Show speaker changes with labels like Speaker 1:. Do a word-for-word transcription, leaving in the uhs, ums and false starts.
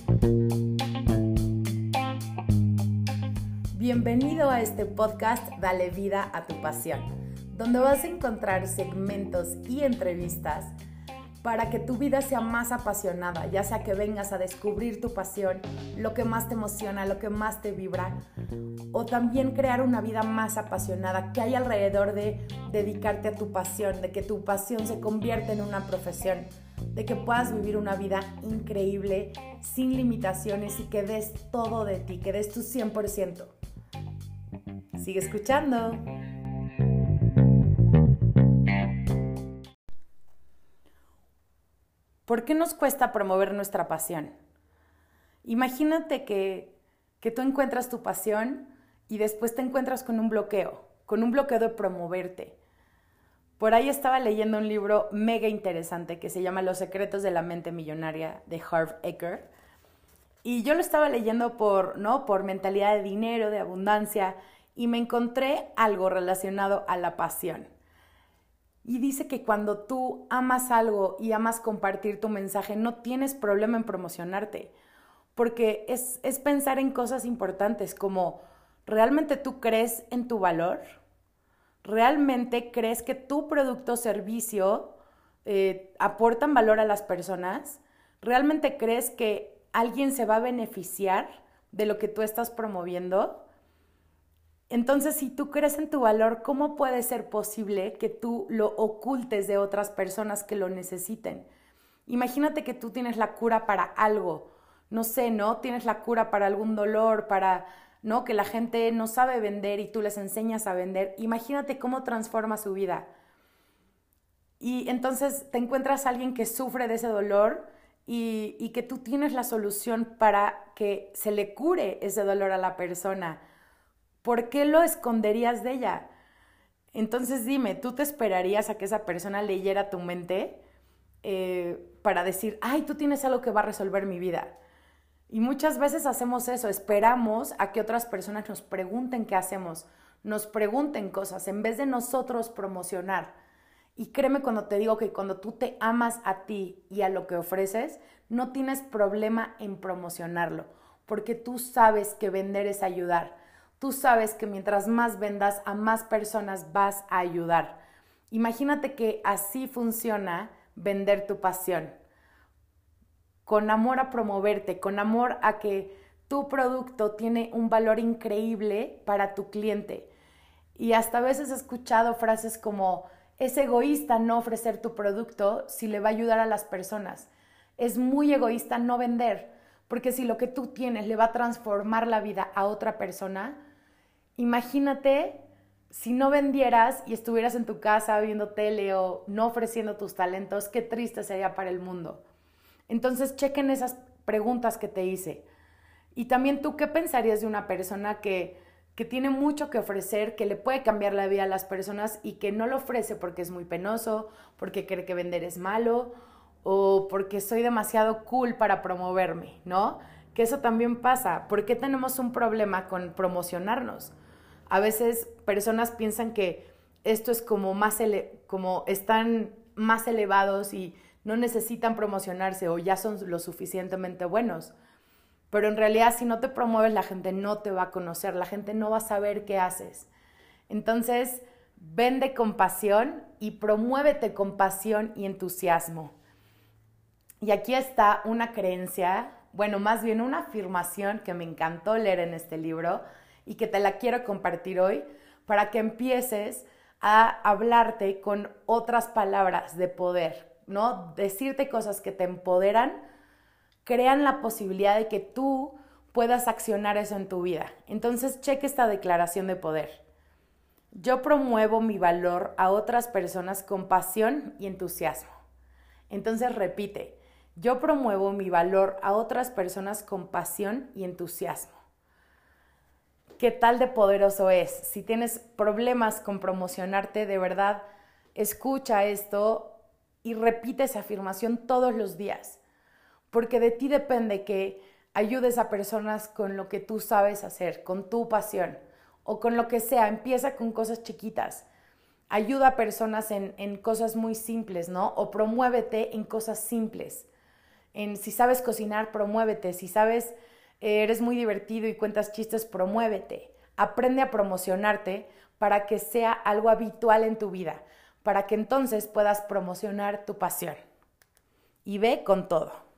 Speaker 1: Bienvenido a este podcast Dale Vida a tu Pasión, donde vas a encontrar segmentos y entrevistas para que tu vida sea más apasionada, ya sea que vengas a descubrir tu pasión, lo que más te emociona, lo que más te vibra, o también crear una vida más apasionada que hay alrededor de dedicarte a tu pasión, de que tu pasión se convierta en una profesión, de que puedas vivir una vida increíble, sin limitaciones y que des todo de ti, que des tu cien por ciento. Sigue escuchando. ¿Por qué nos cuesta promover nuestra pasión? Imagínate que, que tú encuentras tu pasión y después te encuentras con un bloqueo, con un bloqueo de promoverte. Por ahí estaba leyendo un libro mega interesante que se llama Los secretos de la mente millonaria de Harv Eker. Y yo lo estaba leyendo por, ¿no? por mentalidad de dinero, de abundancia, y me encontré algo relacionado a la pasión. Y dice que cuando tú amas algo y amas compartir tu mensaje, no tienes problema en promocionarte, porque es, es pensar en cosas importantes como, ¿realmente tú crees en tu valor? ¿Realmente crees que tu producto o servicio eh, aportan valor a las personas? ¿Realmente crees que alguien se va a beneficiar de lo que tú estás promoviendo? Entonces, si tú crees en tu valor, ¿cómo puede ser posible que tú lo ocultes de otras personas que lo necesiten? Imagínate que tú tienes la cura para algo, no sé, ¿no? Tienes la cura para algún dolor, para, ¿no? Que la gente no sabe vender y tú les enseñas a vender. Imagínate cómo transforma su vida. Y entonces te encuentras a alguien que sufre de ese dolor y, y que tú tienes la solución para que se le cure ese dolor a la persona. ¿Por qué lo esconderías de ella? Entonces dime, ¿tú te esperarías a que esa persona leyera tu mente eh, para decir, ay, tú tienes algo que va a resolver mi vida? Y muchas veces hacemos eso, esperamos a que otras personas nos pregunten qué hacemos, nos pregunten cosas, en vez de nosotros promocionar. Y créeme cuando te digo que cuando tú te amas a ti y a lo que ofreces, no tienes problema en promocionarlo, porque tú sabes que vender es ayudar. Tú sabes que mientras más vendas, a más personas vas a ayudar. Imagínate que así funciona vender tu pasión. Con amor a promoverte, con amor a que tu producto tiene un valor increíble para tu cliente. Y hasta a veces he escuchado frases como, es egoísta no ofrecer tu producto si le va a ayudar a las personas. Es muy egoísta no vender, porque si lo que tú tienes le va a transformar la vida a otra persona, imagínate si no vendieras y estuvieras en tu casa viendo tele o no ofreciendo tus talentos, qué triste sería para el mundo. Entonces, chequen esas preguntas que te hice. Y también tú, ¿qué pensarías de una persona que, que tiene mucho que ofrecer, que le puede cambiar la vida a las personas y que no lo ofrece porque es muy penoso, porque cree que vender es malo o porque soy demasiado cool para promoverme, ¿no? Que eso también pasa. ¿Por qué tenemos un problema con promocionarnos? A veces personas piensan que esto es como más ele- como están más elevados y no necesitan promocionarse o ya son lo suficientemente buenos. Pero en realidad si no te promueves la gente no te va a conocer, la gente no va a saber qué haces. Entonces, vende con pasión y promuévete con pasión y entusiasmo. Y aquí está una creencia, bueno, más bien una afirmación que me encantó leer en este libro y que te la quiero compartir hoy para que empieces a hablarte con otras palabras de poder, ¿no? Decirte cosas que te empoderan, crean la posibilidad de que tú puedas accionar eso en tu vida. Entonces, cheque esta declaración de poder. Yo promuevo mi valor a otras personas con pasión y entusiasmo. Entonces, repite, yo promuevo mi valor a otras personas con pasión y entusiasmo. ¿Qué tal de poderoso es? Si tienes problemas con promocionarte, de verdad, escucha esto y repite esa afirmación todos los días, porque de ti depende que ayudes a personas con lo que tú sabes hacer, con tu pasión o con lo que sea. Empieza con cosas chiquitas. Ayuda a personas en, en cosas muy simples, ¿no? O promuévete en cosas simples. en si sabes cocinar, promuévete, si sabes, eh, eres muy divertido y cuentas chistes, promuévete. Aprende a promocionarte para que sea algo habitual en tu vida, para que entonces puedas promocionar tu pasión. Y ve con todo.